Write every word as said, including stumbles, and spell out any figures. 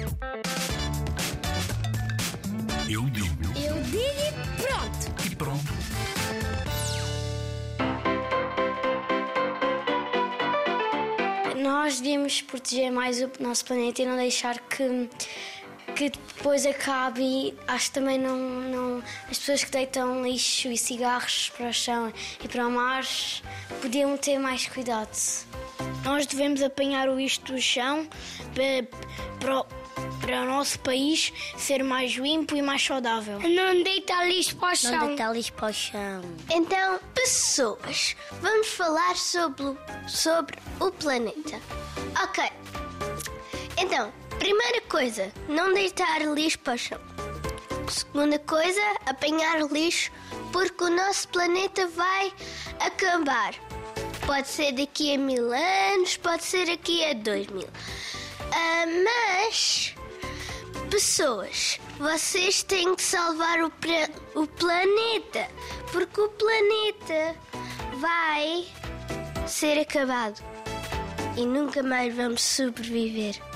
Eu digo. Eu digo e pronto. E pronto. Nós devíamos proteger mais o nosso planeta e não deixar que, que depois acabe. E acho que também não, não... As pessoas que deitam lixo e cigarros para o chão e para o mar podiam ter mais cuidado. Nós devemos apanhar o lixo do chão para, para, o- para o nosso país ser mais limpo e mais saudável. Não deitar lixo para o chão. Não deitar lixo para o chão. Então, pessoas, vamos falar sobre, o- sobre o planeta. Ok. Então, primeira coisa, não deitar lixo para o chão. Segunda coisa, apanhar lixo, porque o nosso planeta vai acabar. Pode ser daqui a mil anos, pode ser daqui a dois mil. Ah, mas, pessoas, vocês têm que salvar o, pra- o planeta, porque o planeta vai ser acabado e nunca mais vamos sobreviver.